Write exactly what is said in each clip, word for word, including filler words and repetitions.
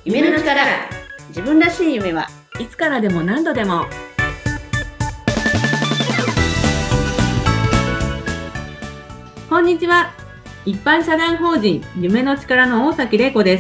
夢の力。自分らしい夢はいつからでも何度でも。こんにちは。一般社団法人夢の力の大崎玲子です。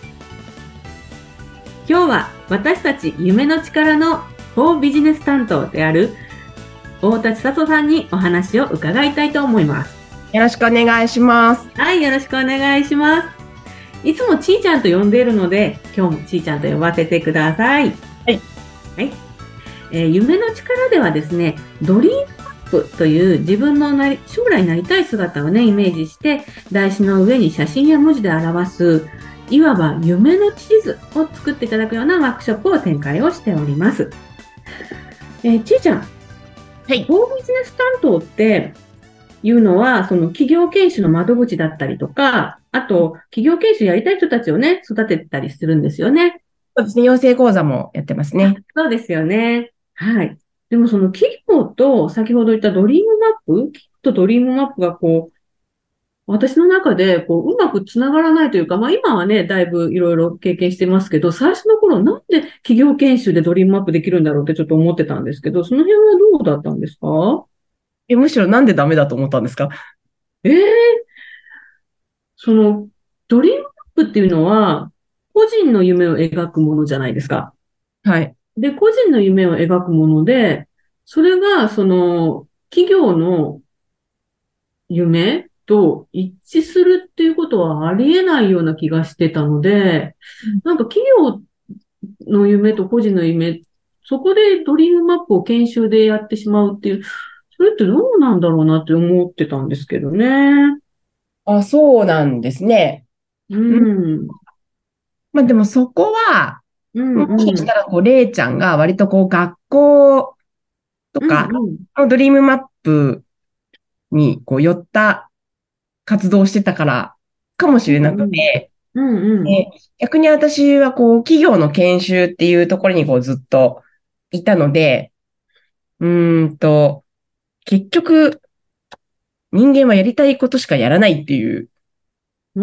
今日は私たち夢の力のコービジネス担当である大田千里さんにお話を伺いたいと思います。 よろしくお願いします。 はい、よろしくお願いします。いつもちーちゃんと呼んでいるので、今日もちーちゃんと呼ばせてください。 はい。 はい。えー、夢の力ではですね、ドリームマップという自分のなり将来なりたい姿をね、イメージして、台紙の上に写真や文字で表す、いわば夢の地図を作っていただくようなワークショップを展開をしております。えー、ちーちゃん。 はい。 コービジネス担当っていうのは、その企業研修の窓口だったりとか、あと、企業研修やりたい人たちをね、育てたりするんですよね。 そうですね。養成講座もやってますね。 そうですよね。はい。でもその企業と、先ほど言ったドリームマップ、企業とドリームマップがこう、私の中でこう、うまくつながらないというか、まあ今はね、だいぶいろいろ経験してますけど、最初の頃なんで企業研修でドリームマップできるんだろうってちょっと思ってたんですけど、その辺はどうだったんですか？ え、むしろなんでダメだと思ったんですか？ ええその、ドリームマップっていうのは、個人の夢を描くものじゃないですか。 はい。 で、個人の夢を描くもので、それが、その、企業の夢と一致するっていうことはありえないような気がしてたので、なんか企業の夢と個人の夢、そこでドリームマップを研修でやってしまうっていう、それってどうなんだろうなって思ってたんですけどね。 あ、そうなんですね。 ううん。 ん。 まあでもそこは、 うもしかんうん。 したらこう、れいちゃんが割とこう、学校とうんか、 うん。 あのドリームマップにこう、寄った活動をしてたからかもしうれなくんて、 うん。うんうん。 で逆に私はこう、企業の研修っていうところにこう、ずっといたので、うーんと、結局、人間はやりたいことしかやらないっていううん。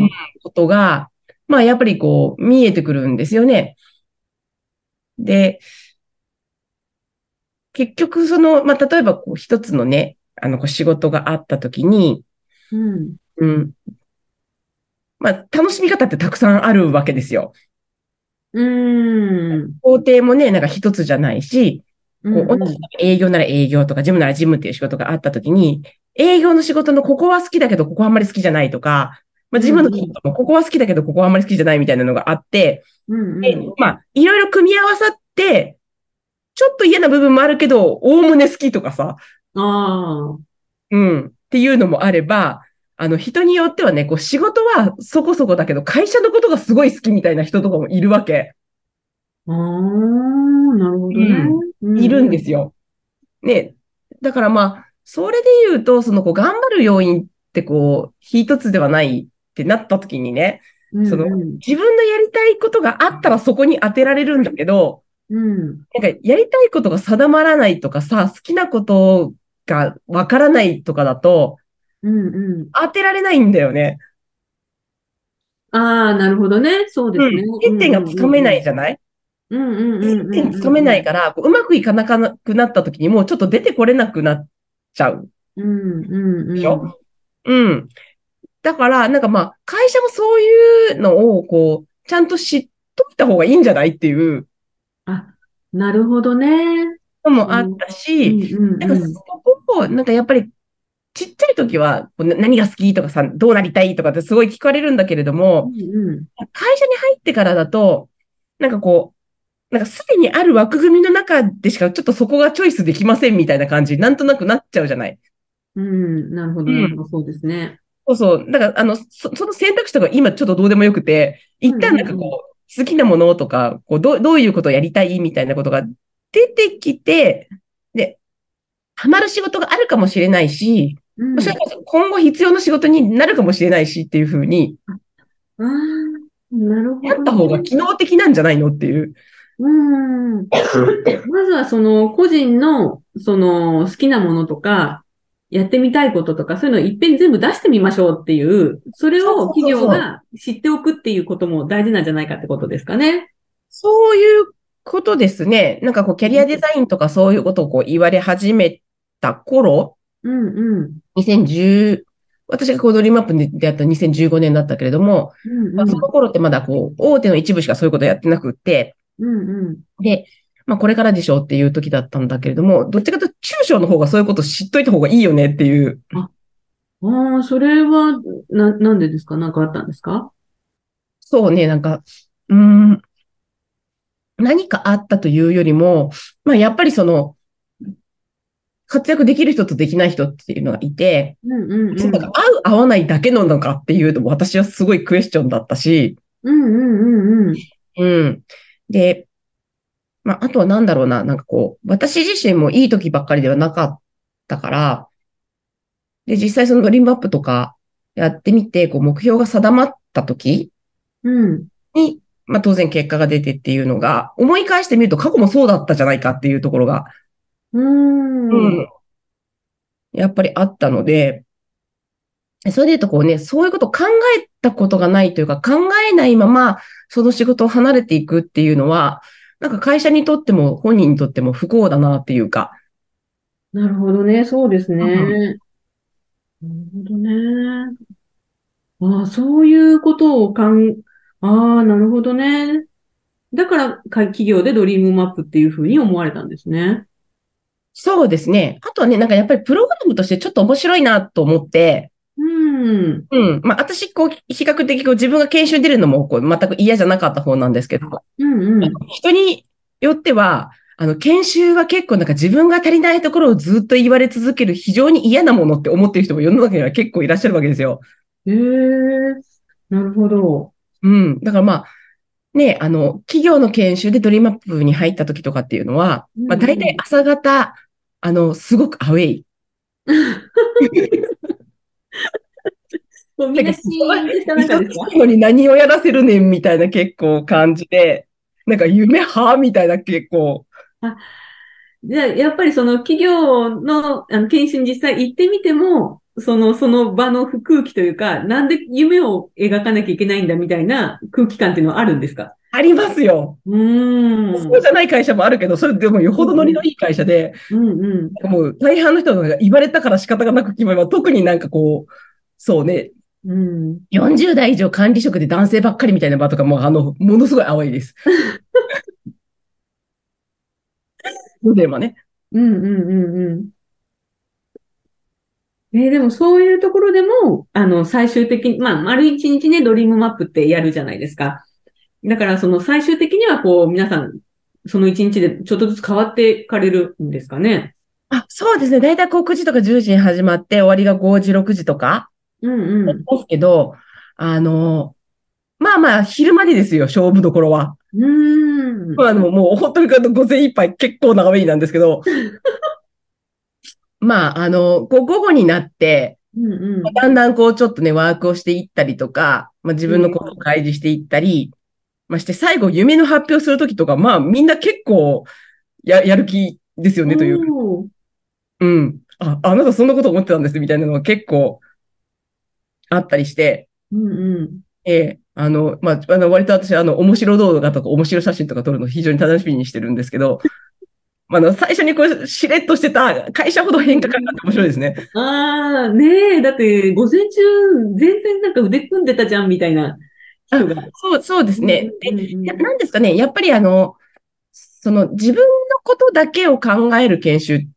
ことが、まあやっぱりこう見えてくるんですよね。で、結局その、まあ例えばこう一つのね、あのこう仕事があったときに、 うん。 うん、まあ楽しみ方ってたくさんあるわけですよ。 うん。 工程もね、なんか一つじゃないし、 うこう同じん。 営業なら営業とか、事務なら事務っていう仕事があったときに、営業の仕事のここは好きだけど、ここはあんまり好きじゃないとか、まあ、事務の仕うん。 事もここは好きだけど、ここはあんまり好きじゃないみたいなのがあって、 うん。 で、 うん。 まあ、いろいろ組み合わさって、ちょっと嫌な部分もあるけど、おおむね好きとかさ、 ああ。 うん、っていうのもあれば、あの、人によってはね、こう、仕事はそこそこだけど、会社のことがすごい好きみたいな人とかもいるわけ。 ああ、なるほどね。 うん。 ういるんん。うん。 ですよ。ね。だからまあ、それで言うと、その、こう、頑張る要因ってこう、一つではないってなった時にね、 うその、 ん。 自分のやりたいことがあったらそこに当てられるんだけど、 うん。 なんか、やりたいことが定まらないとかさ、好きなことがわからないとかだと、 うん。うん。 当てられないんだよね。 ああ、なるほどね。そうですね。 うん。 うん。 接点がうん。 つかめうん。 ないじゃない？ うん。うん。うん。うん。 接点つかめうん。 ないから、こううまくいかなくなった時にもうちょっと出てこれなくなっちゃううん。うん。 でしょ？ うん。 うん。だから、なんかまあ、会社もそういうのを、こう、ちゃんと知っといた方がいいんじゃないっていうあ、なるほどね。 のその、 もあったし、 うん。うん。 なんかそうん。 こを、なんかやっぱり、ちっちゃい時は、こうな何が好きとかさ、どうなりたいとかってすごい聞かれるんだけれども、 うん。うん。 会社に入ってからだと、なんかこう、なんかすでにある枠組みの中でしかちょっとそこがチョイスできませんみたいな感じ、なんとなくなっちゃうじゃない。 うん。なるほど。なるほうん。 ど。そうですね。 そうそう。だから、あの、そ、その選択肢とか今ちょっとどうでもよくて、 うん。 一旦なんかうん。 こう、好きなものとか、こう、どう、どういうことをやりたいみたいなことが出てきて、で、ハマる仕事があるかもしれないし、 うん。 もしかうん。 したら今後必要な仕事になるかもしれないしっていうふうに、 ああ、なるほどね。 やった方が機能的なんじゃないのっていう。 うん。まずはその個人のその好きなものとか、 やってみたいこととか、そういうのをいっぺんに全部出してみましょうっていう、それそうそうを企そうそう。 業が知っておくっていうことも大事なんじゃないかってことですかね。 そういうことですね。なんかこう、キャリアデザインとかそういうことをこう言われ始めた頃、 うんうん。 にせんじゅう、私がこうドリームアップで出会ったにせんじゅうごねんだったけれども、 うんまあ、そうん。 の頃ってまだこう、大手の一部しかそういうことやってなくって、 うんうん。 で、まあこれからでしょうっていう時だったんだけれども、どっちかというと中小の方がそういうこと知っといた方がいいよねっていう、 あ、ああ、それは、な、なんでですか？なんかあったんですか？ そうね、なんか、うーん、何かあったというよりも、まあやっぱりその、活躍できる人とできない人っていうのがいて、 うんうんなんうん。 か合う合わないだけなのかっていうと、私はすごいクエスチョンだったし、 うんうんうんうん。 うん。で、まあ、あとはなんだろうな、なんかこう、私自身もいい時ばっかりではなかったから、で、実際そのドリームアップとかやってみて、こう、目標が定まった時うん。 に、まあ、当然結果が出てっていうのが、思い返してみると過去もそうだったじゃないかっていうところが、 うーん。 うん、やっぱりあったので、それで言うとこうね、そういうことを考えたことがないというか、考えないまま、その仕事を離れていくっていうのは、なんか会社にとっても本人にとっても不幸だなっていうか、 なるほどね。そうですうん、 ね。なるほどね。ああ、そういうことをかん、ああ、なるほどね。だから、か企業でドリームマップっていうふうに思われたんですね。 そうですね。あとはね、なんかやっぱりプログラムとしてちょっと面白いなと思って、 うん。 うん。まあ、私、こう、比較的こう自分が研修に出るのもこう全く嫌じゃなかった方なんですけど、 うんうん。 人によっては、あの、研修は結構なんか自分が足りないところをずっと言われ続ける非常に嫌なものって思ってる人も世の中には結構いらっしゃるわけですよ。 ええ、なるほど。 うん。だからまあ、ね、あの、企業の研修でドリームアップに入った時とかっていうのは、 うまあ、大体ん朝方、あの、すごくアウェイ。 うん。もうみなんか、 んなシーンとした忙中ですか？ しいのに何をやらせるねんみたいな結構感じで、なんか夢はみたいな結構、 あ、じゃあ、やっぱりその企業の、あの研修に実際行ってみても、その、その場の空気というか、なんで夢を描かなきゃいけないんだみたいな空気感っていうのはあるんですか？ ありますよ。 うーん。 そうじゃない会社もあるけど、それでもよほどノリのいい会社で、 うんうん。 もう大半の人が言われたから仕方がなく決まれば、特になんかこう、そうね、 うん。 よんじゅう代以上管理職で男性ばっかりみたいな場とかも、あの、ものすごい淡いです。ので、まあね。 うんうんうんうん。えーでもそういうところでも、あの、最終的に、まあ、丸一日ね、ドリームマップってやるじゃないですか。だからその最終的にはこう、皆さん、その一日でちょっとずつ変わっていかれるんですかね。 あ、そうですね。だいたいこうくじとかじゅうじに始まって、終わりがごじ、ろくじとかうんうん。 ですけど、あの、まあまあ、昼までですよ、勝負どころは。 うーん。 まあ、あの、もう本当に午前いっぱい結構長めになんですけど、まあ、あの、こう午後になって、 うんうだんだんこうちょっとね、ワークをしていったりとか、まあ自ん。 分のことをえ開示していったり、まして最後夢の発表するときとか、まあみんな結構や、やる気ですよー、 ねという。 おー。 うん。あ、あなたそんなこと思ってたんですみたいなのが結構あったりして、 うんうん。 ええ、あの、まあ、あの、割と私、あの、面白動画とか面白写真とか撮るの非常に楽しみにしてるんですけど、まあ、あの、最初にこう、しれっとしてた会社ほど変化感があって面白いですね。 ああ、ねえ、だって午前中全然なんか腕組んでたじゃんみたいなあ、 人が。 そう、そうでうすね。で、 んうんうなんなんですかね。やっぱりあの、その自分のことだけを考える研修って、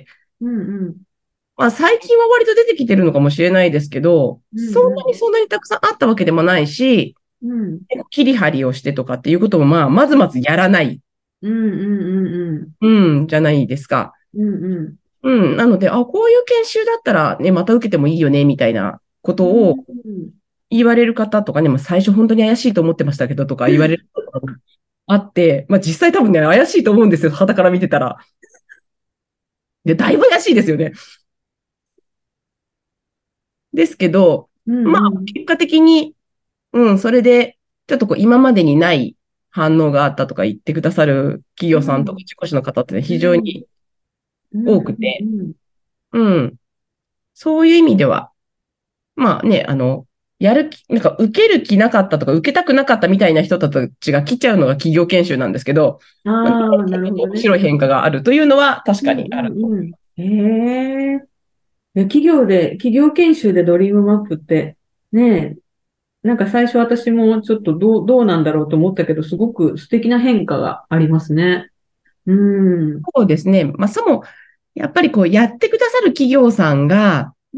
うん。うんうん。 まあ最近は割と出てきてるのかもしれないですけど、 うんそんなにそんなにたくさんあったわけでもないし、 うん。うん。 切り張りをしてとかっていうこともまあ、まずまずやらない、 うんうんうんうん。 うん、じゃないですか。 うんうん。 うん。なので、あ、こういう研修だったらね、また受けてもいいよね、みたいなことをうん言われる方とかね、まあ最初本当に怪しいと思ってましたけどとか言われることがあって、まあ実際多分ね、怪しいと思うんですよ。傍から見てたら。で、だいぶ怪しいですよね。ですけど、まあ、 うんうん。 結果的に、うん、それで、ちょっとこう、今までにない反応があったとか言ってくださる企業さんとか、 うん自己主の方ってね、非常うんにうん多くて、 うんうん。 そういう意味では、まあね、あの、やる気、なんか受ける気なかったとか、受けたくなかったみたいな人たちが来ちゃうのが企業研修なんですけど、まあ、 ああ、なるほどね。 面白い変化があるというのは確うんかにある。 うんうん。へえ。え企業で、企業研修でドリームマップって、ねえ、なんか最初私もちょっとどう、どうなんだろうと思ったけど、すごく素敵な変化がありますね。うん。うんそうですね。まあ、そも、やっぱりこう、やってくださる企業さんが、 うん。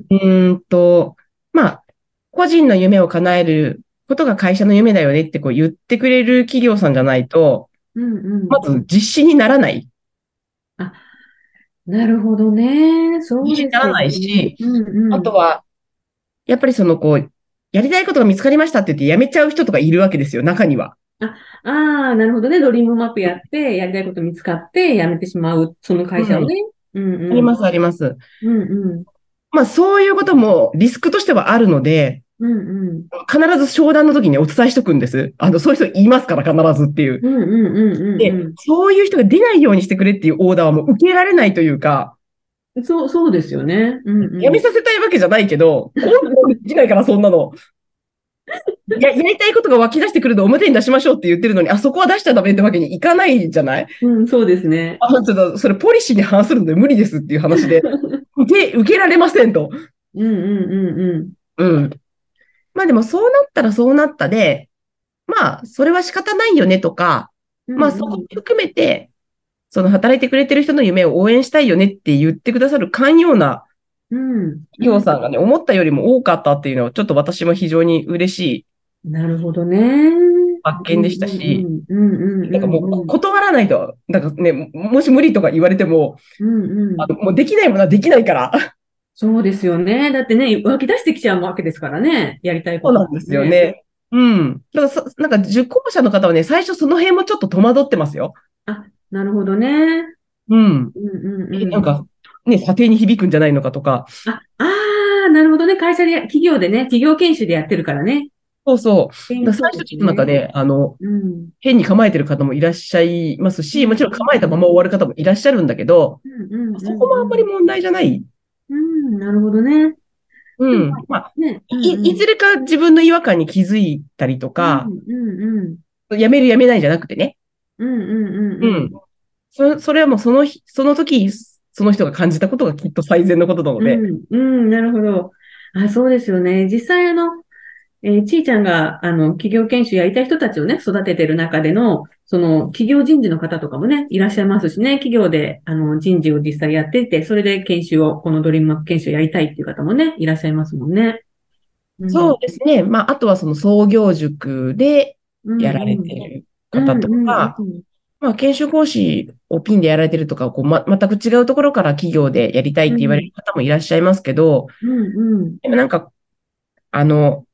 うーんと、まあ、個人の夢を叶えることが会社の夢だよねってこう言ってくれる企業さんじゃないと、 うんうん。 まず実施にならない。 あ、なるほどね。そう実施にですよね。 ならないし、 うんうん。 あとは、やっぱりそのこう、やりたいことが見つかりましたって言って辞めちゃう人とかいるわけですよ、中には。 あ、ああ、なるほどね。ドリームマップやって、やりたいこと見つかって、辞めてしまう、その会社をね。 うん。 うんうん。 あります、あります。 うんうん。 まあ、そういうこともリスクとしてはあるので、 うんうん。 必ず商談の時にお伝えしとくんです。あの、そういう人いますから、必ずっていう。 うんうんうんで、 うんそういう人が出ないようにしてくれっていうオーダーはもう受けられないというか、 うん。そう、そうですよね。うん辞めうん。 させたいわけじゃないけど、コントロールできないから、そんなの。や、やりたいことが湧き出してくるのを表に出しましょうって言ってるのに、あそこは出しちゃダメってわけにいかないじゃない。 うん、そうですね。 あ、ちょっと、それポリシーに反するので無理ですっていう話で、受け、受けられませんと。 うんうんうんうん。 うん。まあでもそうなったらそうなったで、まあ、それは仕方ないよねとか、 うまあ、そこんうん。 も含めて、その働いてくれてる人の夢を応援したいよねって言ってくださる寛容なうんう企業ん。 さんがね、思ったよりも多かったっていうのは、ちょっと私も非常に嬉しいなるほどね。うん発見でしたうんし、 うんうんうんなんかもううんうん。 断らないと、なんかね、もし無理とか言われても、 うんうん。 あのもうできないものはできないから。 そうですよね。だってね、湧き出してきちゃうわけですからね。やりたいことっそうなんですよてね。 ね。うん。だからそ、なんか受講者の方はね、最初その辺もちょっと戸惑ってますよ。 あ、なるほどね。 うん。 うんうんえ、 うん。 なんか、ね、査定に響くんじゃないのかとか、 あ、ああ、なるほどね。会社で、企業でね、企業研修でやってるからね。 そうそう。だからそうで最初ちょっとなんかすね。 ね、あの、 うん。 変に構えてる方もいらっしゃいますし、もうんちろん構えたまま終わる方もいらっしゃるんだけど、 うんうんうそこもあんまりん問題じゃない。 うん。うん、なるほどね。でも、 うん。まあ、 ね、うい、 んうん。 いずれか自分の違和感に気づいたりとか、 うんうんうん。 やめるやめないじゃなくてね。 うんうんうん。 うんそ、それはもうその日、その時、その人が感じたことがきっと最善のことなのうん。 で。 うんうん、なるほど。あ、そうですよね。実際あの、えーちいちゃんが、あの、企業研修やりたい人たちをね、育ててる中での、その、企業人事の方とかもね、いらっしゃいますしね、企業で、あの、人事を実際やっていて、それで研修を、このドリームマップ研修をやりたいっていう方もね、いらっしゃいますもんね。うん。 そうですね。まあ、あとはその創業塾でうんやられうん。 てる方うんとか、 うんうん。 まあ、研修講師をピンでやられてるとか、こう、ま、全く違うところから企業でやりたいって言われるうん方もいらっしゃいますけど、 うんうん。 でもなんか、あの、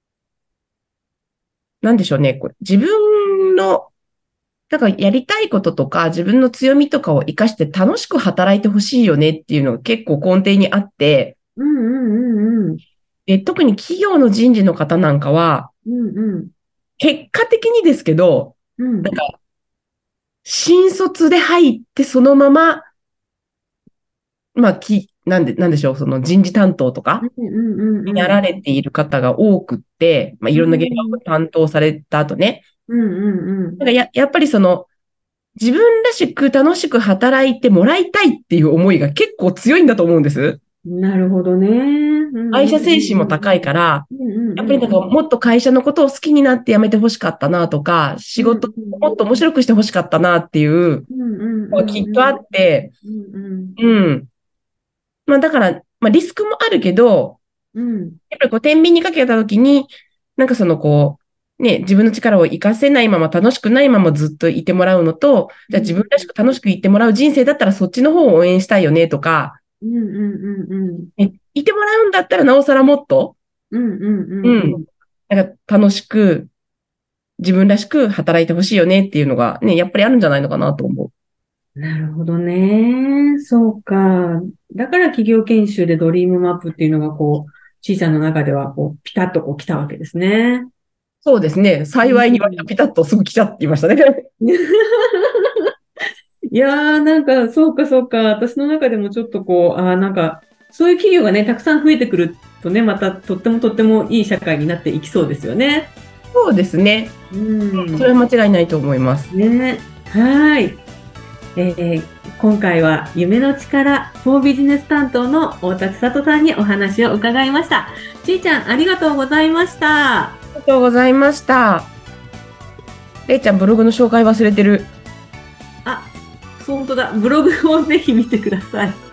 なんでしょうね、こう自分の、なんかやりたいこととか、自分の強みとかを活かして楽しく働いてほしいよねっていうのが結構根底にあって、 うんうんうんうん。 で、特に企業の人事の方なんかは、 うんうん。 結果的にですけど、 うん。 新卒で入ってそのまま、まあ、き、なんで、なんでしょう、その人事担当とか、 うんうんうんうん。 やられている方が多くって、まあ、いうろんな現場をん担当された後ね、 うんなんかや、やっぱりその、自分らしく楽しく働いてもらいたいっていう思いが結構強いんだと思うんです。 うん。なるほどね。うんうん愛社精神もうん高いから、 うん。うんやっぱりなんかうんうんもっと会社のことを好きになって辞めてほしかったなとか、仕うん。 事をもっと面白くしてほしかったなっていううんうんのがうんうん。 きっとあって、 うんうんうん。まあだから、まあリスクもあるけど、 うん。 やっぱりこう、天秤にかけたときに、なんかそのこう、ね、自分の力を活かせないまま楽しくないままずっといてもらうのと、じゃあ自分らしく楽しくいってもらう人生だったらそっちの方を応援したいよねとか、 うんうんうんね、いてもらうんだったらなおさらもっと、 うんうんううん、 んうん。 なんか楽しく、自分らしく働いてほしいよねっていうのがね、やっぱりあるんじゃないのかなと思う。 なるほどね。そうか。だから企業研修でドリームマップっていうのがこう、ちいちゃんの中ではこう、ピタッとこう来たわけですね。 そうですね。 う幸いに割とん。 ピタッとすぐ来ちゃっていましたね。 いやー、なんか、そうか、そうか。私の中でもちょっとこう、あー、なんか、 そういう企業がね、たくさん増えてくるとね、またとってもとってもいい社会になっていきそうですよね。 そうですね。 うん。 それは間違いないと思います。 ね。はい。えー今回は夢の力フォービジネス担当の大田千里さんにお話を伺いました。ちーちゃん、ありがとうございました。 ありがとうございました。れいちゃん、ブログの紹介忘れてる。 あ、そう本当だ。ブログをぜひ見てください。